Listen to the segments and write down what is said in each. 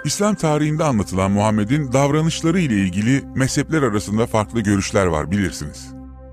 İslam tarihinde anlatılan Muhammed'in davranışları ile ilgili mezhepler arasında farklı görüşler var, bilirsiniz.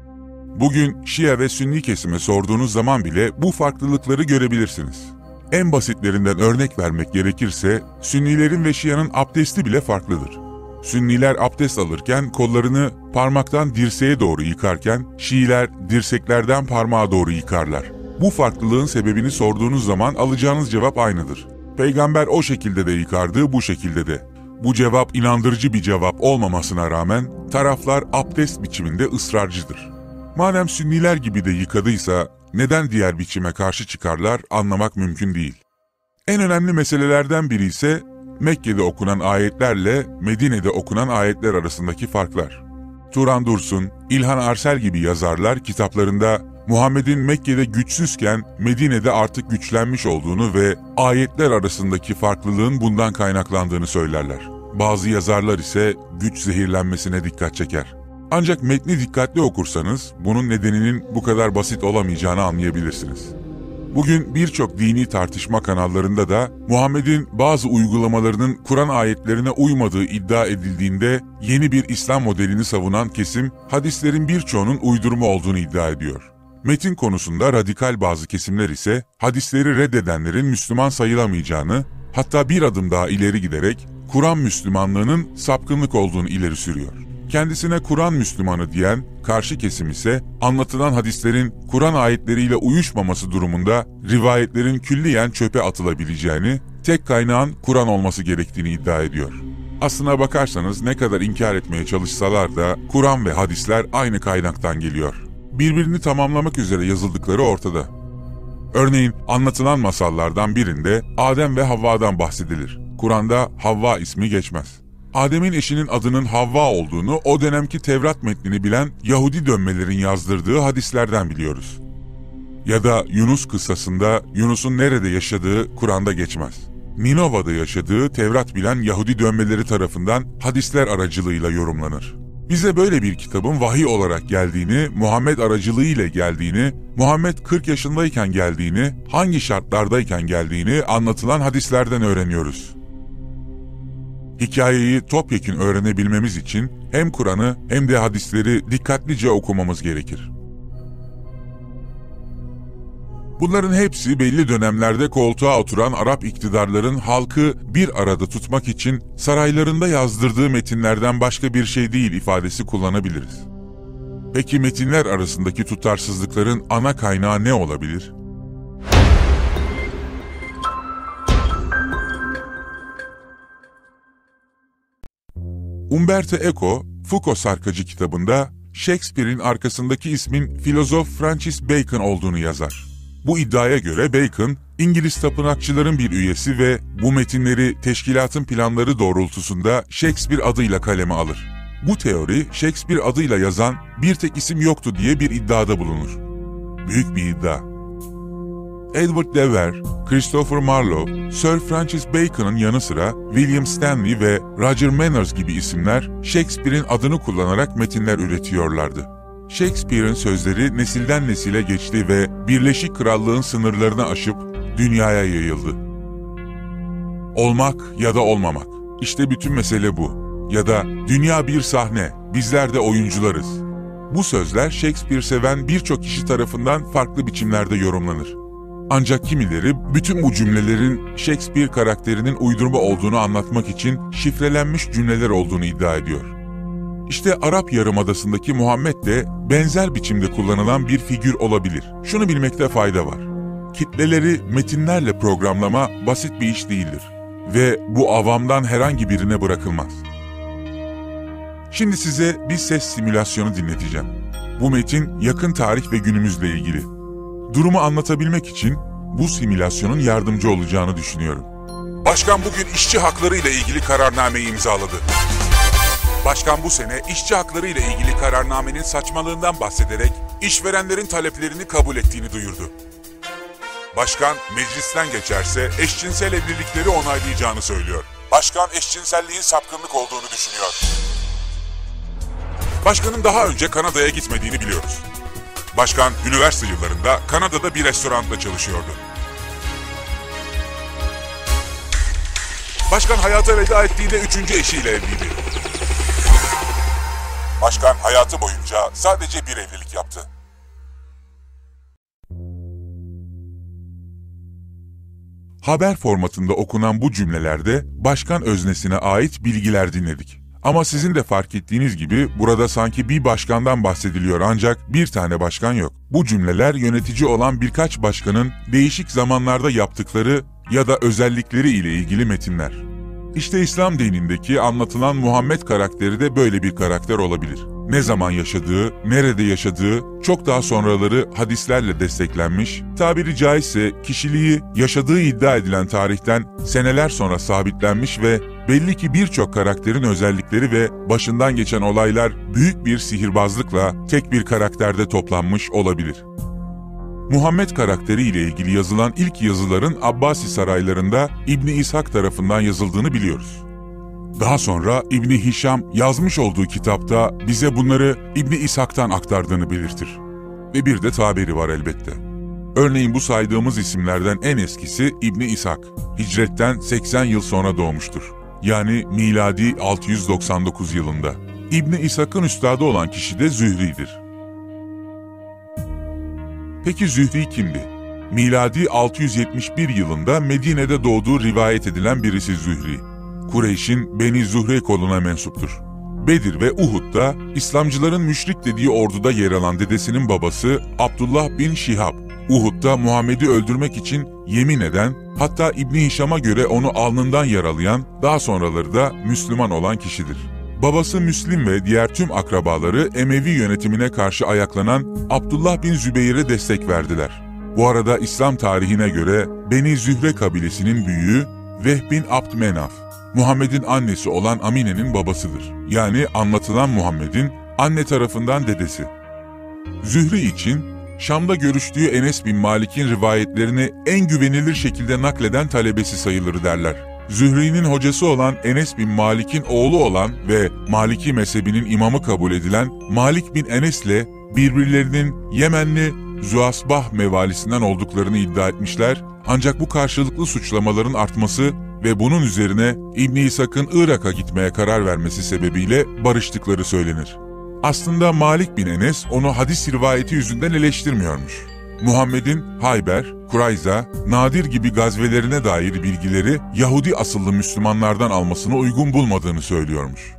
Bugün Şia ve Sünni kesime sorduğunuz zaman bile bu farklılıkları görebilirsiniz. En basitlerinden örnek vermek gerekirse, Sünnilerin ve Şia'nın abdesti bile farklıdır. Sünniler abdest alırken kollarını parmaktan dirseğe doğru yıkarken, Şiiler dirseklerden parmağa doğru yıkarlar. Bu farklılığın sebebini sorduğunuz zaman alacağınız cevap aynıdır. Peygamber o şekilde de yıkardı, bu şekilde de. Bu cevap inandırıcı bir cevap olmamasına rağmen taraflar abdest biçiminde ısrarcıdır. Madem Sünniler gibi de yıkadıysa neden diğer biçime karşı çıkarlar anlamak mümkün değil. En önemli meselelerden biri ise Mekke'de okunan ayetlerle Medine'de okunan ayetler arasındaki farklar. Turan Dursun, İlhan Arsel gibi yazarlar kitaplarında Muhammed'in Mekke'de güçsüzken Medine'de artık güçlenmiş olduğunu ve ayetler arasındaki farklılığın bundan kaynaklandığını söylerler. Bazı yazarlar ise güç zehirlenmesine dikkat çeker. Ancak metni dikkatli okursanız bunun nedeninin bu kadar basit olamayacağını anlayabilirsiniz. Bugün birçok dini tartışma kanallarında da Muhammed'in bazı uygulamalarının Kur'an ayetlerine uymadığı iddia edildiğinde yeni bir İslam modelini savunan kesim hadislerin birçoğunun uydurma olduğunu iddia ediyor. Metin konusunda radikal bazı kesimler ise hadisleri reddedenlerin Müslüman sayılamayacağını, hatta bir adım daha ileri giderek Kur'an Müslümanlığının sapkınlık olduğunu ileri sürüyor. Kendisine Kur'an Müslümanı diyen karşı kesim ise anlatılan hadislerin Kur'an ayetleriyle uyuşmaması durumunda rivayetlerin külliyen çöpe atılabileceğini, tek kaynağın Kur'an olması gerektiğini iddia ediyor. Aslına bakarsanız ne kadar inkar etmeye çalışsalar da Kur'an ve hadisler aynı kaynaktan geliyor. Birbirini tamamlamak üzere yazıldıkları ortada. Örneğin anlatılan masallardan birinde Adem ve Havva'dan bahsedilir. Kur'an'da Havva ismi geçmez. Adem'in eşinin adının Havva olduğunu o dönemki Tevrat metnini bilen Yahudi dönmelerin yazdırdığı hadislerden biliyoruz. Ya da Yunus kıssasında Yunus'un nerede yaşadığı Kur'an'da geçmez. Ninova'da yaşadığı Tevrat bilen Yahudi dönmeleri tarafından hadisler aracılığıyla yorumlanır. Bize böyle bir kitabın vahiy olarak geldiğini, Muhammed aracılığıyla geldiğini, Muhammed 40 yaşındayken geldiğini, hangi şartlardayken geldiğini anlatılan hadislerden öğreniyoruz. Hikayeyi topyekün öğrenebilmemiz için hem Kur'an'ı hem de hadisleri dikkatlice okumamız gerekir. Bunların hepsi belli dönemlerde koltuğa oturan Arap iktidarların halkı bir arada tutmak için saraylarında yazdırdığı metinlerden başka bir şey değil ifadesi kullanabiliriz. Peki metinler arasındaki tutarsızlıkların ana kaynağı ne olabilir? Umberto Eco, Foucault Sarkacı kitabında Shakespeare'in arkasındaki ismin filozof Francis Bacon olduğunu yazar. Bu iddiaya göre Bacon, İngiliz tapınakçıların bir üyesi ve bu metinleri teşkilatın planları doğrultusunda Shakespeare adıyla kaleme alır. Bu teori, Shakespeare adıyla yazan bir tek isim yoktu diye bir iddiada bulunur. Büyük bir iddia. Edward de Vere, Christopher Marlowe, Sir Francis Bacon'ın yanı sıra William Stanley ve Roger Manners gibi isimler Shakespeare'in adını kullanarak metinler üretiyorlardı. Shakespeare'in sözleri nesilden nesile geçti ve Birleşik Krallığın sınırlarını aşıp dünyaya yayıldı. Olmak ya da olmamak, işte bütün mesele bu. Ya da dünya bir sahne, bizler de oyuncularız. Bu sözler Shakespeare seven birçok kişi tarafından farklı biçimlerde yorumlanır. Ancak kimileri bütün bu cümlelerin Shakespeare karakterinin uydurma olduğunu anlatmak için şifrelenmiş cümleler olduğunu iddia ediyor. İşte Arap Yarımadası'ndaki Muhammed de benzer biçimde kullanılan bir figür olabilir. Şunu bilmekte fayda var. Kitleleri metinlerle programlama basit bir iş değildir. Ve bu avamdan herhangi birine bırakılmaz. Şimdi size bir ses simülasyonu dinleteceğim. Bu metin yakın tarih ve günümüzle ilgili. Durumu anlatabilmek için bu simülasyonun yardımcı olacağını düşünüyorum. Başkan bugün işçi hakları ile ilgili kararnameyi imzaladı. Başkan bu sene işçi hakları ile ilgili kararnamenin saçmalığından bahsederek işverenlerin taleplerini kabul ettiğini duyurdu. Başkan meclisten geçerse eşcinsel evlilikleri onaylayacağını söylüyor. Başkan eşcinselliğin sapkınlık olduğunu düşünüyor. Başkanın daha önce Kanada'ya gitmediğini biliyoruz. Başkan üniversite yıllarında Kanada'da bir restoranda çalışıyordu. Başkan hayata veda ettiğinde 3. eşiyle evliydi. Başkan hayatı boyunca sadece bir evlilik yaptı. Haber formatında okunan bu cümlelerde başkan öznesine ait bilgiler dinledik. Ama sizin de fark ettiğiniz gibi burada sanki bir başkandan bahsediliyor ancak bir tane başkan yok. Bu cümleler yönetici olan birkaç başkanın değişik zamanlarda yaptıkları ya da özellikleri ile ilgili metinler. İşte İslam dinindeki anlatılan Muhammed karakteri de böyle bir karakter olabilir. Ne zaman yaşadığı, nerede yaşadığı, çok daha sonraları hadislerle desteklenmiş, tabiri caizse kişiliği yaşadığı iddia edilen tarihten seneler sonra sabitlenmiş ve belli ki birçok karakterin özellikleri ve başından geçen olaylar büyük bir sihirbazlıkla tek bir karakterde toplanmış olabilir. Muhammed karakteri ile ilgili yazılan ilk yazıların Abbasi saraylarında İbni İshak tarafından yazıldığını biliyoruz. Daha sonra İbni Hişam yazmış olduğu kitapta bize bunları İbni İshak'tan aktardığını belirtir. Ve bir de tabiri var elbette. Örneğin bu saydığımız isimlerden en eskisi İbni İshak. Hicretten 80 yıl sonra doğmuştur. Yani miladi 699 yılında. İbni İshak'ın üstadı olan kişi de Zühri'dir. Peki Zühri kimdi? Miladi 671 yılında Medine'de doğduğu rivayet edilen birisi Zühri. Kureyş'in Beni Zuhre koluna mensuptur. Bedir ve Uhud'da İslamcıların müşrik dediği orduda yer alan dedesinin babası Abdullah bin Şihab, Uhud'da Muhammed'i öldürmek için yemin eden, hatta İbni Hişam'a göre onu alnından yaralayan, daha sonraları da Müslüman olan kişidir. Babası Müslim ve diğer tüm akrabaları Emevi yönetimine karşı ayaklanan Abdullah bin Zübeyir'e destek verdiler. Bu arada İslam tarihine göre Beni Zühre kabilesinin büyüğü Vehb bin Abd Menaf, Muhammed'in annesi olan Amine'nin babasıdır. Yani anlatılan Muhammed'in anne tarafından dedesi. Zühri için Şam'da görüştüğü Enes bin Malik'in rivayetlerini en güvenilir şekilde nakleden talebesi sayılır derler. Zühri'nin hocası olan Enes bin Malik'in oğlu olan ve Maliki mezhebinin imamı kabul edilen Malik bin Enes'le birbirlerinin Yemenli Zuasbah mevalisinden olduklarını iddia etmişler, ancak bu karşılıklı suçlamaların artması ve bunun üzerine İbn İshak'ın Irak'a gitmeye karar vermesi sebebiyle barıştıkları söylenir. Aslında Malik bin Enes onu hadis rivayeti yüzünden eleştirmiyormuş. Muhammed'in Hayber, Kurayza, Nadir gibi gazvelerine dair bilgileri Yahudi asıllı Müslümanlardan almasını uygun bulmadığını söylüyormuş.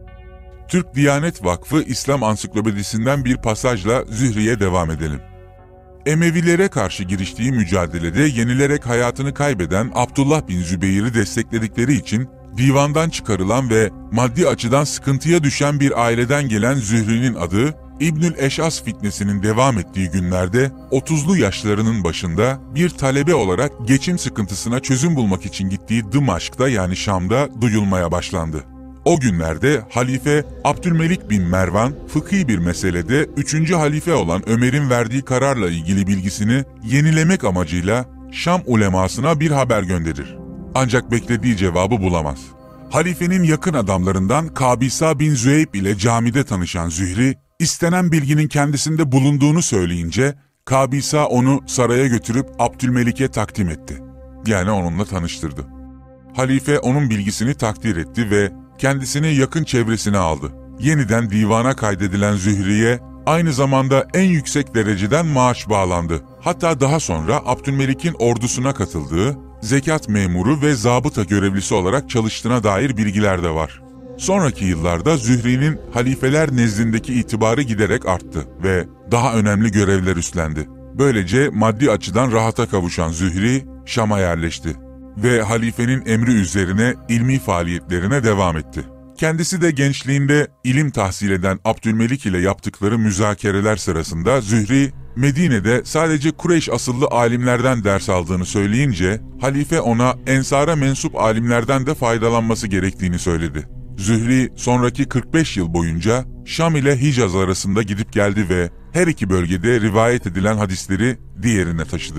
Türk Diyanet Vakfı İslam Ansiklopedisinden bir pasajla Zühri'ye devam edelim. Emevilere karşı giriştiği mücadelede yenilerek hayatını kaybeden Abdullah bin Zübeyir'i destekledikleri için divandan çıkarılan ve maddi açıdan sıkıntıya düşen bir aileden gelen Zühri'nin adı, İbnül Eş'as fitnesinin devam ettiği günlerde 30'lu yaşlarının başında bir talebe olarak geçim sıkıntısına çözüm bulmak için gittiği Dımaşk'ta yani Şam'da duyulmaya başlandı. O günlerde halife Abdülmelik bin Mervan fıkhi bir meselede 3. halife olan Ömer'in verdiği kararla ilgili bilgisini yenilemek amacıyla Şam ulemasına bir haber gönderir. Ancak beklediği cevabı bulamaz. Halifenin yakın adamlarından Kabisa bin Züeyb ile camide tanışan Zühri, istenen bilginin kendisinde bulunduğunu söyleyince Kabisa onu saraya götürüp Abdülmelik'e takdim etti. Yani onunla tanıştırdı. Halife onun bilgisini takdir etti ve kendisini yakın çevresine aldı. Yeniden divana kaydedilen Zühri'ye aynı zamanda en yüksek dereceden maaş bağlandı. Hatta daha sonra Abdülmelik'in ordusuna katıldığı, zekat memuru ve zabıta görevlisi olarak çalıştığına dair bilgiler de var. Sonraki yıllarda Zühri'nin halifeler nezdindeki itibarı giderek arttı ve daha önemli görevler üstlendi. Böylece maddi açıdan rahata kavuşan Zühri, Şam'a yerleşti ve halifenin emri üzerine ilmi faaliyetlerine devam etti. Kendisi de gençliğinde ilim tahsil eden Abdülmelik ile yaptıkları müzakereler sırasında Zühri, Medine'de sadece Kureyş asıllı alimlerden ders aldığını söyleyince, halife ona Ensar'a mensup alimlerden de faydalanması gerektiğini söyledi. Zühri sonraki 45 yıl boyunca Şam ile Hicaz arasında gidip geldi ve her iki bölgede rivayet edilen hadisleri diğerine taşıdı.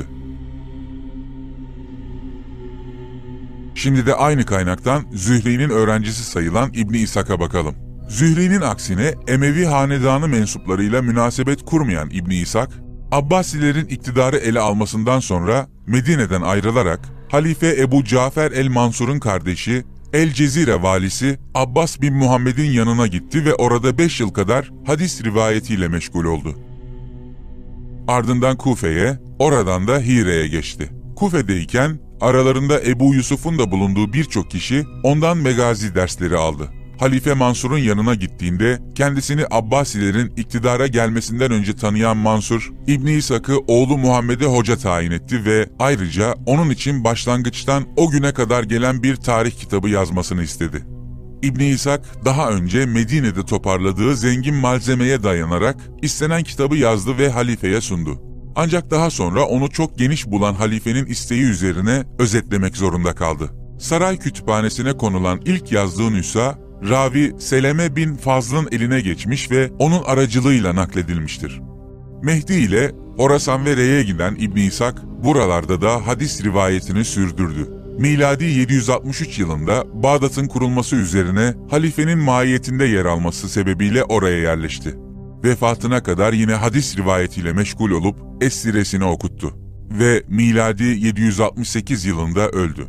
Şimdi de aynı kaynaktan Zühri'nin öğrencisi sayılan İbni İshak'a bakalım. Zühri'nin aksine Emevi hanedanı mensuplarıyla münasebet kurmayan İbni İshak, Abbasilerin iktidarı ele almasından sonra Medine'den ayrılarak Halife Ebu Cafer el-Mansur'un kardeşi, El-Cezire valisi Abbas bin Muhammed'in yanına gitti ve orada 5 yıl kadar hadis rivayetiyle meşgul oldu. Ardından Kufe'ye, oradan da Hire'ye geçti. Kufe'deyken aralarında Ebu Yusuf'un da bulunduğu birçok kişi ondan megazi dersleri aldı. Halife Mansur'un yanına gittiğinde kendisini Abbasilerin iktidara gelmesinden önce tanıyan Mansur, İbn İshak'ı oğlu Muhammed'e hoca tayin etti ve ayrıca onun için başlangıçtan o güne kadar gelen bir tarih kitabı yazmasını istedi. İbn İshak daha önce Medine'de toparladığı zengin malzemeye dayanarak istenen kitabı yazdı ve halifeye sundu. Ancak daha sonra onu çok geniş bulan halifenin isteği üzerine özetlemek zorunda kaldı. Saray kütüphanesine konulan ilk yazdığı nüsha, ravi Seleme bin Fazl'ın eline geçmiş ve onun aracılığıyla nakledilmiştir. Mehdi ile Horasan ve Re'ye giden İbn İshak, buralarda da hadis rivayetini sürdürdü. Miladi 763 yılında Bağdat'ın kurulması üzerine halifenin mahiyetinde yer alması sebebiyle oraya yerleşti. Vefatına kadar yine hadis rivayetiyle meşgul olup Es-Siresini okuttu ve miladi 768 yılında öldü.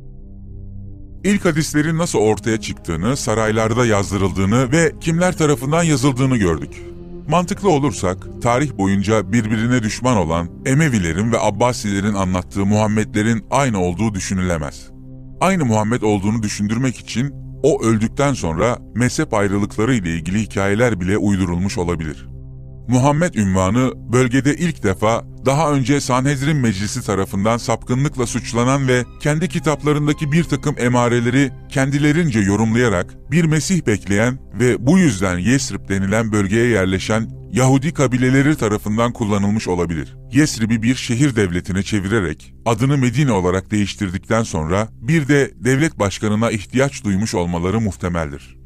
İlk hadislerin nasıl ortaya çıktığını, saraylarda yazdırıldığını ve kimler tarafından yazıldığını gördük. Mantıklı olursak, tarih boyunca birbirine düşman olan Emevilerin ve Abbasilerin anlattığı Muhammedlerin aynı olduğu düşünülemez. Aynı Muhammed olduğunu düşündürmek için o öldükten sonra mezhep ayrılıkları ile ilgili hikayeler bile uydurulmuş olabilir. Muhammed ünvanı bölgede ilk defa daha önce Sanhedrin Meclisi tarafından sapkınlıkla suçlanan ve kendi kitaplarındaki bir takım emareleri kendilerince yorumlayarak bir Mesih bekleyen ve bu yüzden Yesrib denilen bölgeye yerleşen Yahudi kabileleri tarafından kullanılmış olabilir. Yesrib'i bir şehir devletine çevirerek adını Medine olarak değiştirdikten sonra bir de devlet başkanına ihtiyaç duymuş olmaları muhtemeldir.